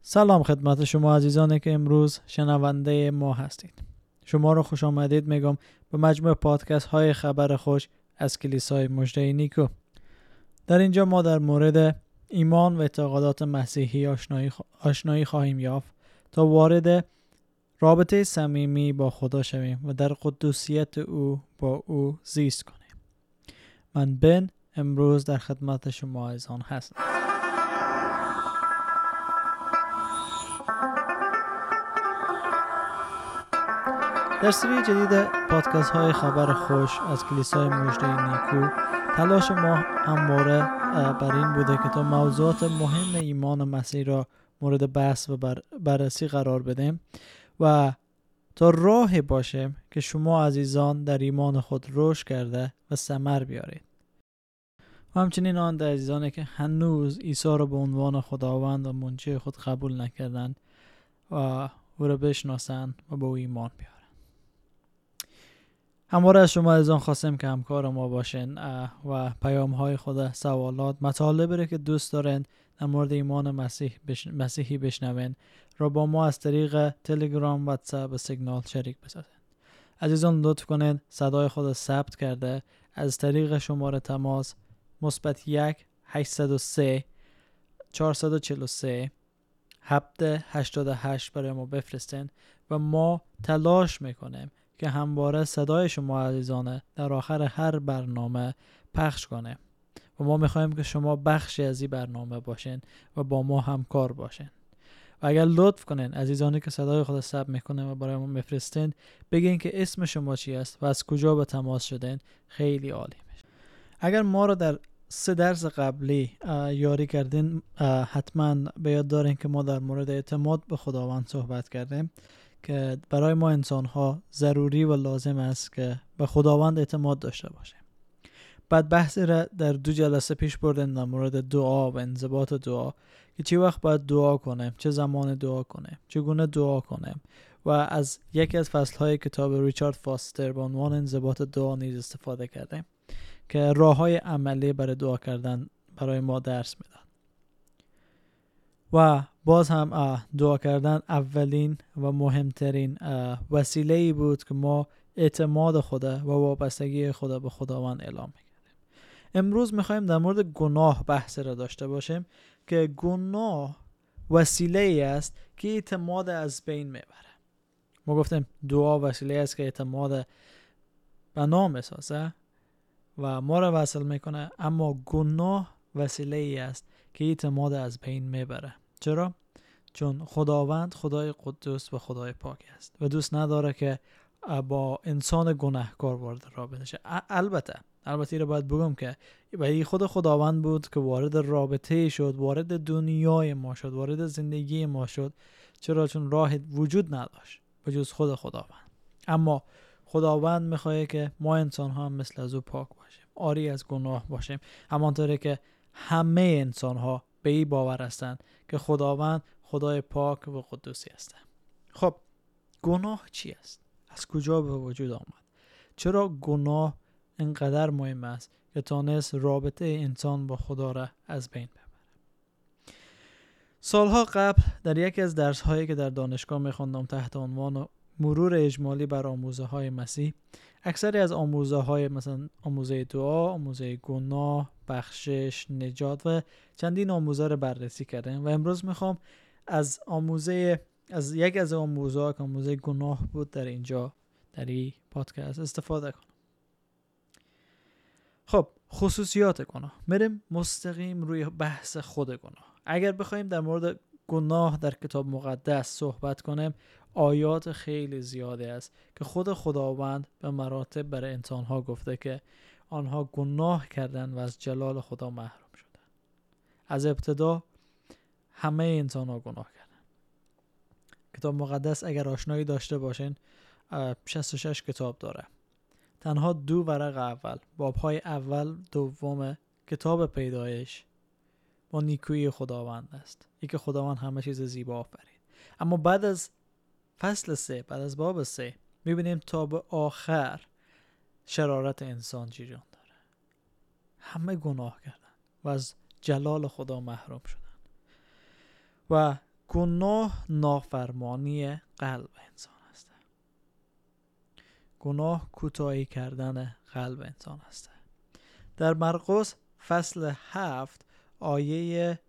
سلام خدمت شما عزیزانی که امروز شنونده ما هستید. شما رو خوش آمدید میگم به مجموع پادکست های خبر خوش از کلیسای مژده نیکو. در اینجا ما در مورد ایمان و اعتقادات مسیحی آشنایی خواهیم یافت تا وارد رابطه صمیمی با خدا شویم و در قدوسیت او با او زیست کنیم. من بن امروز در خدمت شما عزیزان هستم. در سری جدید پادکست های خبر خوش از کلیسای مژده نیکو تلاش ما همواره بر این بوده که تا موضوعات مهم ایمان مسیح را مورد بحث و بررسی قرار بدیم و تا راهی باشه که شما عزیزان در ایمان خود رشد کرده و ثمر بیارید. و همچنین آن عزیزانی که هنوز عیسی را به عنوان خداوند و منجی خود قبول نکردند و او را بشناسند و به او ایمان بیارند. همواره از شما عزیزان خواستم که همکار ما باشین و پیام های خود، سوالات، مطالبی را که دوست دارین در مورد ایمان مسیحی بشنوین را با ما از طریق تلگرام، واتساپ و سیگنال شریک بسازین. عزیزان لطف کنید صدای خود ثبت کرده از طریق شماره تماس +1 803 443 788 برای ما بفرستین و ما تلاش میکنیم که همواره صدای شما عزیزانه در آخر هر برنامه پخش کنه و ما میخوایم که شما بخشی از این برنامه باشین و با ما همکار باشین. و اگر لطف کنین عزیزانی که صدای خود ثبت میکنن و برای ما میفرستین بگین که اسم شما چی است و از کجا به تماس شدین، خیلی عالی میشه. اگر ما رو در 3 درس قبلی یاری کردین حتما به یاد دارین که ما در مورد اعتماد به خداوند صحبت کردیم که برای ما انسان ها ضروری و لازم است که به خداوند اعتماد داشته باشیم. بعد بحثی را در 2 جلسه پیش بردیم در مورد دعا و انضباط دعا که چه وقت باید دعا کنیم، چه زمان دعا کنیم، چگونه دعا کنیم و از یکی از فصل‌های کتاب ریچارد فاستر با عنوان انضباط دعا نیز استفاده کردیم که راه‌های عملی برای دعا کردن برای ما درس میداد. و باز هم دعا کردن اولین و مهمترین وسیله‌ای بود که ما اعتماد خدا و وابستگی خدا به خداوند اعلام می‌کردیم. امروز می‌خوایم در مورد گناه بحث را داشته باشیم که گناه وسیله‌ای است که اعتماد از بین میبره. ما گفتیم دعا وسیله است که اعتماد بنا میسازه و ما را وصل میکنه، اما گناه وسیله‌ای است که اعتماد از بین میبره. چرا؟ چون خداوند خدای قدوس و خدای پاک است و دوست نداره که با انسان گناهکار وارد رابطه شه. البته رو باید بگم که ولی خود خداوند بود که وارد رابطه شد، وارد دنیای ما شد، وارد زندگی ما شد. چرا؟ چون راه وجود نداشت به جز خود خداوند. اما خداوند میخواد که ما انسان ها هم مثل از او پاک باشیم، آری از گناه باشیم، همانطوری که همه انسان ها به این باور هستند که خداوند خدای پاک و قدوسی است. خب گناه چی است؟ از کجا به وجود آمد؟ چرا گناه اینقدر مهم است که تانست رابطه انسان با خدا را از بین ببره؟ سالها قبل در یکی از درس هایی که در دانشگاه میخوندم تحت عنوان مرور اجمالی بر آموزه های مسیح، اکثری از آموزه های مثلا آموزه دعا، آموزه گناه، بخشش، نجات و چندین آموزه را بررسی کردم و امروز میخوام از یک از آموزه که آموزه گناه بود در اینجا در این پادکست استفاده کنم. خب خصوصیات گناه، میریم مستقیم روی بحث خود گناه. اگر بخوایم در مورد گناه در کتاب مقدس صحبت کنیم، آیات خیلی زیاده است که خود خداوند به مراتب برای انسانها گفته که آنها گناه کردن و از جلال خدا محروم شدن. از ابتدا همه انسانها گناه کردن. کتاب مقدس اگر آشنایی داشته باشین 66 کتاب داره. تنها 2 ورق اول، بابهای اول دوم کتاب پیدایش با نیکویی خداوند است، ای که خداوند همه چیز زیبا آفرید. اما بعد از فصل 3، بعد از باب 3 میبینیم تا به آخر شرارت انسان جریان داره. همه گناه کردن و از جلال خدا محروم شدن و گناه نافرمانی قلب انسان است. گناه کوتاهی کردن قلب انسان است. در مرقس فصل 7 آیه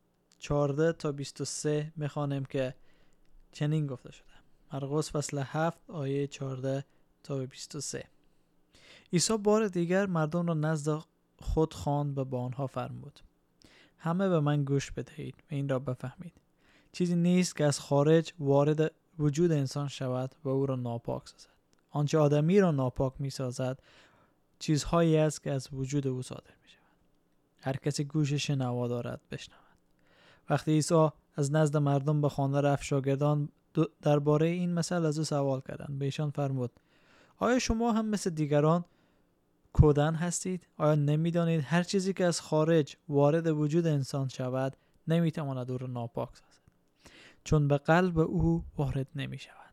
14 تا 23 میخوانیم که چنین گفته شده. مرقس فصل 7 آیه 14 تا 23. عیسی بار دیگر مردم را نزد خود خواند و به آنها فرمود: همه به من گوش بدهید و این را بفهمید. چیزی نیست که از خارج وارد وجود انسان شود و او را ناپاک سازد. آنچه آدمی را ناپاک می سازد چیزهایی است که از وجود او صادر می شود. هر کسی گوش شنوا دارد بشنود. وقتی عیسی از نزد مردم به خانه رفت، شاگردان درباره این مسئله از او سوال کردند. به ایشان فرمود: آیا شما هم مثل دیگران کودن هستید؟ آیا نمی‌دانید هر چیزی که از خارج وارد وجود انسان شود نمی‌تواند او را ناپاک سازد، چون به قلب او وارد نمی‌شود،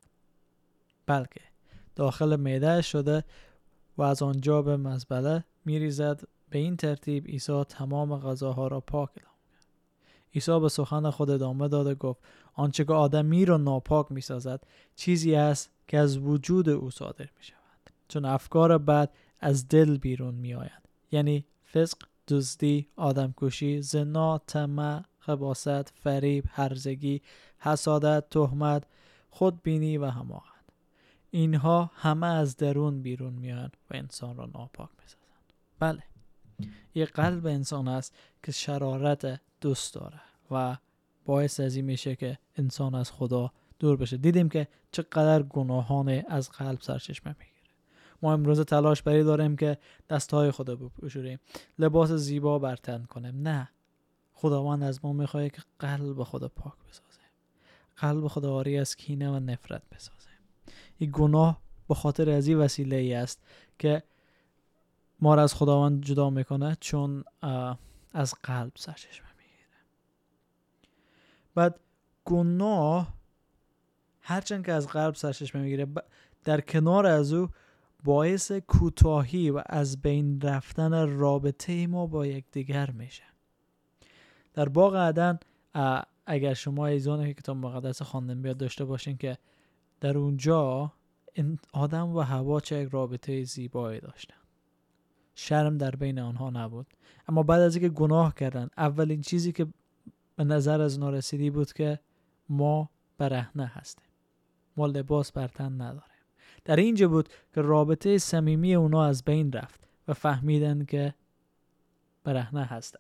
بلکه داخل معده شده و از آنجا به مزبله می‌ریزد. به این ترتیب عیسی تمام غذاها را پاک اعلام کرد. عیسی به سخن خود ادامه داد و گفت: آنچه که آدمی را ناپاک می‌سازد چیزی است که از وجود او صادر می‌شود، چون افکار بد از دل بیرون می آید، یعنی فسق، دزدی، آدمکشی، زنا، طمع، خباثت، فریب، هرزگی، حسادت، تهمت، خودبینی و حماقت. اینها همه از درون بیرون می آیند و انسان را ناپاک می سازند. بله، این قلب انسان است که شرارت دوست داره و باعث از این میشه که انسان از خدا دور بشه. دیدیم که چقدر گناهان از قلب سرچشمه میگیره. ما امروز تلاش بری داریم که دستهای خدا بپوشونیم، لباس زیبا بر تن کنیم. نه، خداوند از ما میخواد که قلب خدا پاک بسازه، قلب خدا آری از کینه و نفرت بسازه. این گناه به خاطر از این وسیله ای است که ما را از خداوند جدا میکنه، چون از قلب سرچشمه میگیره. بعد گناه هرچند که از قلب سرچشمه میگیره، در کنار از او باعث کوتاهی و از بین رفتن رابطه ما با یکدیگر میشه. در باغ عدن اگر شما ایزان که کتاب مقدس خواندن بیاد داشته باشین که در اونجا آدم و حوا چه یک رابطه زیبایی داشتن، شرم در بین آنها نبود. اما بعد از اینکه گناه کردن، اولین چیزی که به نظر از اونا رسیدی بود که ما برهنه هستیم، ما لباس بر تن نداریم. در اینجا بود که رابطه صمیمی اونا از بین رفت و فهمیدن که برهنه هستن.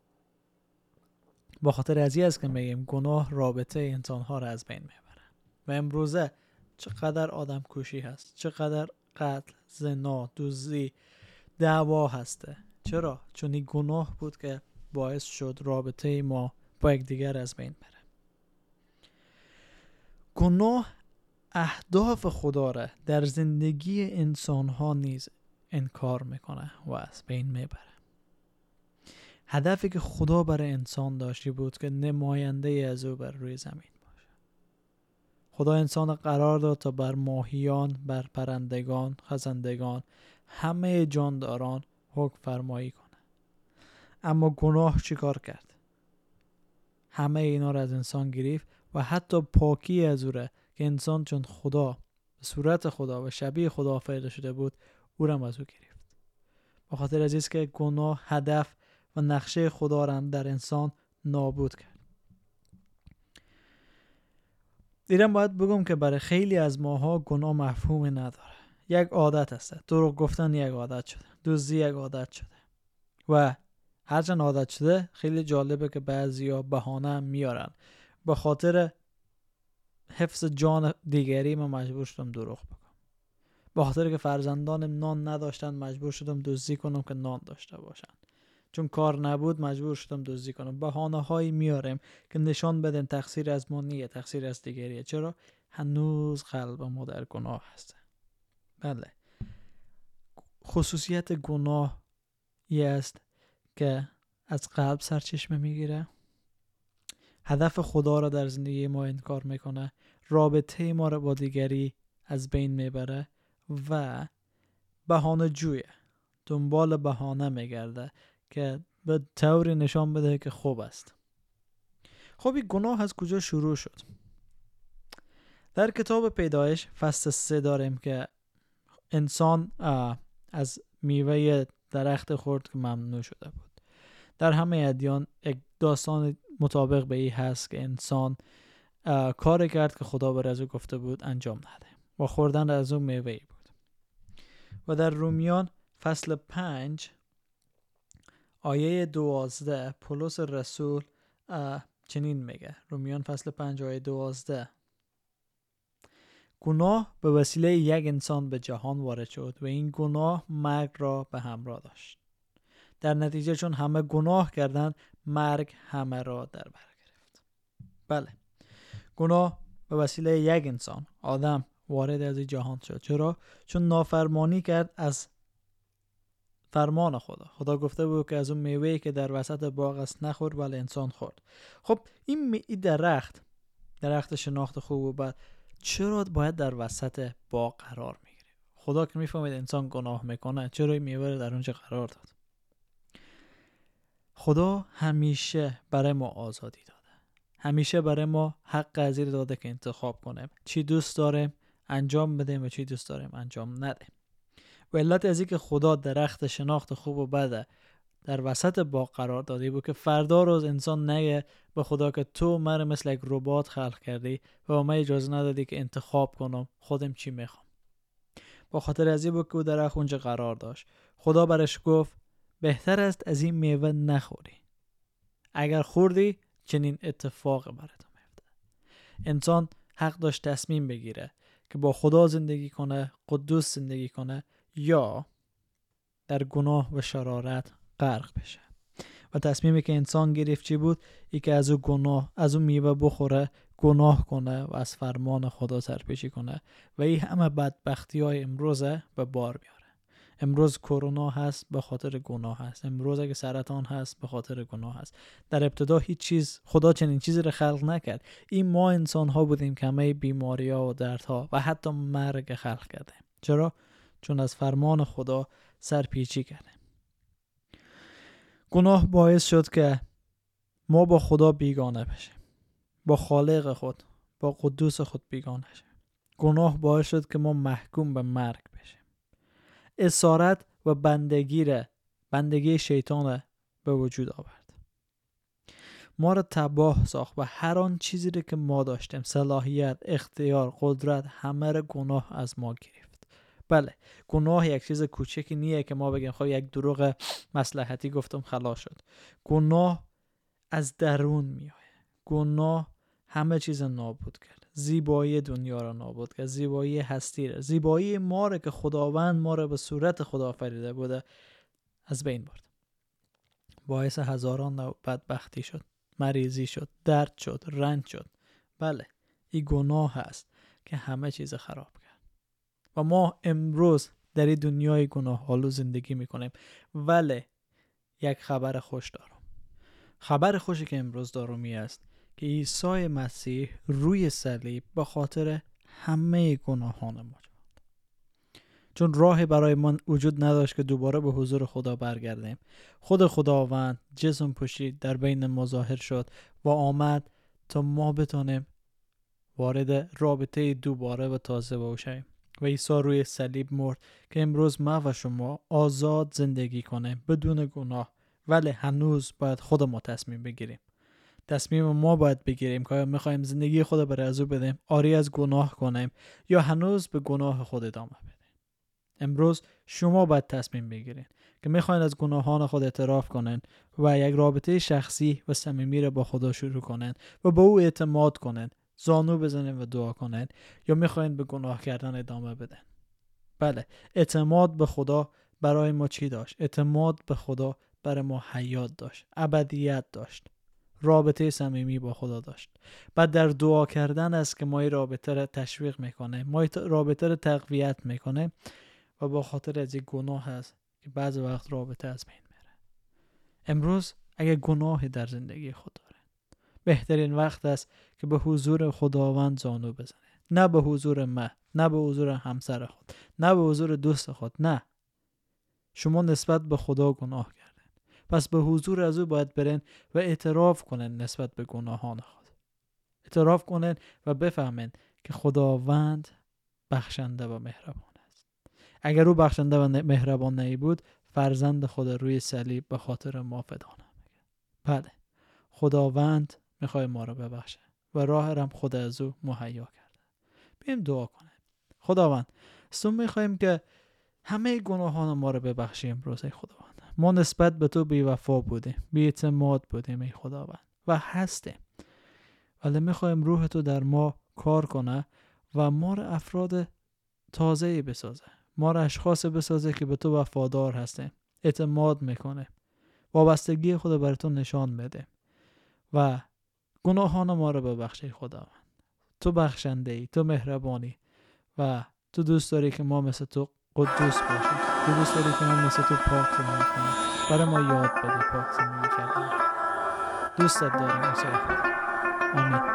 با خاطر از این است که میگیم گناه رابطه انسانها را از بین میبره. و امروزه چقدر آدم کشی هست، چقدر قتل، زنا، دزدی، دعوا هسته. چرا؟ چون این گناه بود که باعث شد رابطه ما با یک دیگر از بین بره. گناه اهداف خدا را در زندگی انسان ها نیز انکار میکنه و از بین میبره. هدفی که خدا برای انسان داشتی بود که نماینده از او بر روی زمین باشه. خدا انسان قرار داد تا بر ماهیان، بر پرندگان، خزندگان، همه جانداران حکم فرمایی کنه. اما گناه چیکار کرد؟ همه اینا را از انسان گرفت و حتی پاکی از او را که انسان چون خدا به صورت خدا و شبیه خدا آفریده شده بود او را از او گرفت. به خاطر از اینکه که گناه هدف و نقشه خدا را در انسان نابود کرد. دیدم باید بگم که برای خیلی از ماها گناه مفهومی نداره. یک عادت هسته. دروغ گفتن یک عادت شده، دزدی یک عادت شده و هرچند عادت شده خیلی جالبه که بعضیا بهانه میارن. به خاطر حفظ جان دیگری من مجبور شدم دروغ بگم. به خاطر که فرزندانم نان نداشتن مجبور شدم دزدی کنم که نان داشته باشن. چون کار نبود مجبور شدم دزدی کنم. بهانه هایی میاریم که نشان بدن تقصیر از ما نیه، تقصیر از دیگریه. چرا؟ هنوز قلب ما در گناه هست. بله، خصوصیت گناه یه است که از قلب سرچشمه میگیره، هدف خدا را در زندگی ما انکار میکنه، رابطه ما را با دیگری از بین میبره و بهانه جویه، دنبال بهانه میگرده که به طوری نشان بده که خوب است. خب این گناه از کجا شروع شد؟ در کتاب پیدایش فصل 3 داریم که انسان از میوه درخت خورد که ممنوع شده بود. در همه ادیان یک داستان مطابق به این هست که انسان کار کرد که خدا بر از او گفته بود انجام نده و خوردن از اون میوه بود. و در رومیان فصل 5 آیه 12 پولس رسول چنین میگه. رومیان فصل 5 آیه 12: گناه به وسیله یک انسان به جهان وارد شد و این گناه مرگ را به همراه داشت. در نتیجه چون همه گناه کردند مرگ همه را در بر گرفت. بله، گناه به وسیله یک انسان آدم وارد از این جهان شد. چرا؟ چون نافرمانی کرد از فرمان خدا. خدا گفته بود که از اون میوه‌ای که در وسط باغ است نخور، ولی انسان خورد. خب این درخت شناخت خوب و بد چرا باید در وسط باغ قرار میگیره؟ خدا که میفهمید انسان گناه میکنه چرا این میوه رو در اونجا قرار داد؟ خدا همیشه برای ما آزادی داده. همیشه برای ما حق از این داده که انتخاب کنیم چی دوست داریم انجام بدیم و چی دوست داریم انجام ندیم. و علت از این که خدا درخت شناخت خوب و بد در وسط باغ قرار داده بود که فردا روز انسان نگه به خدا که تو مرا مثل یک ربات خلق کردی و من اجازه ندادی که انتخاب کنم خودم چی میخوام. با خاطر از این بود که او درخت اونجا قرار داشت. خدا برش گفت بهتر است از این میوه نخوری. اگر خوردی چنین اتفاق برات میفته. انسان حق داشت تصمیم بگیره که با خدا زندگی کنه، قدوس زندگی کنه، یا در گناه و شرارت غرق بشه. و تصمیمی که انسان گرفت چی بود؟ ای که از اون میوه بخوره، گناه کنه و از فرمان خدا سرپیچی کنه و این همه بدبختی های امروزه به بار بیاره. امروز کرونا هست به خاطر گناه هست. امروز اگه سرطان هست به خاطر گناه هست. در ابتدا هیچ چیز، خدا چنین چیزی رو خلق نکرد. این ما انسان ها بودیم که همه بیماری ها و دردها و حتی مرگ خلق کردیم. چرا؟ چون از فرمان خدا سرپیچی کردیم. گناه باعث شد که ما با خدا بیگانه بشیم، با خالق خود، با قدوس خود بیگانه شیم. گناه باعث شد که ما محکوم به مرگ بشیم. اسارت و بندگی شیطان به وجود آورد. ما را تباه ساخت و هر آن چیزی رو که ما داشتیم، صلاحیت، اختیار، قدرت، همه را گناه از ما گرفت. بله، گناه یک چیز کوچکی نیه که ما بگیم خب یک دروغ مصلحتی گفتم خلاص شد. گناه از درون میاد. گناه همه چیز نابود کرد. زیبایی دنیا را نابود کرد. زیبایی هستی را، زیبایی ما را که خداوند ما را به صورت خدا آفریده بوده از بین برد. باعث هزاران بدبختی شد، مریضی شد، درد شد، رنج شد. بله، این گناه هست که همه چیز خراب کرد. و ما امروز در این دنیای گناه آلود زندگی میکنیم. ولی یک خبر خوش دارم. خبر خوشی که امروز دارم است که عیسی مسیح روی صلیب به خاطر همه گناهان ما شد. چون راهی برای ما وجود نداشت که دوباره به حضور خدا برگردیم. خود خداوند جسم پوشید، در بین ما ظاهر شد و آمد تا ما بتونیم وارد رابطه دوباره و تازه باشیم. و عیسی روی صلیب مرد که امروز ما و شما آزاد زندگی کنیم بدون گناه. ولی هنوز باید خود ما تصمیم بگیریم. تصمیم ما باید بگیریم که آیا میخوایم زندگی خود برای از او بدیم، آری از گناه کنیم، یا هنوز به گناه خود ادامه بدیم. امروز شما باید تصمیم بگیرین که میخواین از گناهان خود اعتراف کنین و یک رابطه شخصی و صمیمی را با خدا شروع کنین و به او اعتماد کنین، زانو بزنین و دعا کنین، یا میخواین به گناه کردن ادامه بدین. بله، اعتماد به خدا برای ما چی داشت؟ اعتماد به خدا برای ما حیات داشت، ابدیت داشت، رابطه صمیمی با خدا داشت. بعد در دعا کردن است که ما این رابطه را تشویق میکنه، ما این رابطه را تقویت میکنه و با خاطر از این گناه هست که بعض وقت رابطه از بین میره. امروز اگه گناهی در زندگی خود داره، بهترین وقت است که به حضور خداوند زانو بزنه. نه به حضور من، نه به حضور همسر خود، نه به حضور دوست خود. نه، شما نسبت به خدا گناه کردین. پس به حضور از او باید برین و اعتراف کنن نسبت به گناهان خود. اعتراف کنن و بفهمن که خداوند بخشنده و مهربان است. اگر او بخشنده و مهربان نمی بود، فرزند خود روی صلیب به خاطر ما فدا نمی‌کرد. بله، خداوند میخواد ما رو ببخشه و راه رم خود از او مهیا کرده. بیایم دعا کنیم. خداوند، تو میخوایم که همه گناهان ما رو ببخشی امروز ای خداوند. ما نسبت به تو بی‌وفا بودیم، بی‌اعتماد بودیم ای خداوند و هستیم. ولی میخوایم روح تو در ما کار کنه و ما رو افراد تازه‌ای بسازه. ما رو اشخاص بسازه که به تو وفادار هستیم، اعتماد میکنه، وابستگی خود بر تو نشان میده و گناهان ما رو ببخشی خداوند. تو بخشنده ای، تو مهربانی و تو دوست داری که ما مثل تو قدوس باشیم. تو دوست داری که ما مثل تو پاک زندگی کنیم. برای ما یاد بده پاک زندگی کردن. دوستت داریم عیسی خدا. آمین.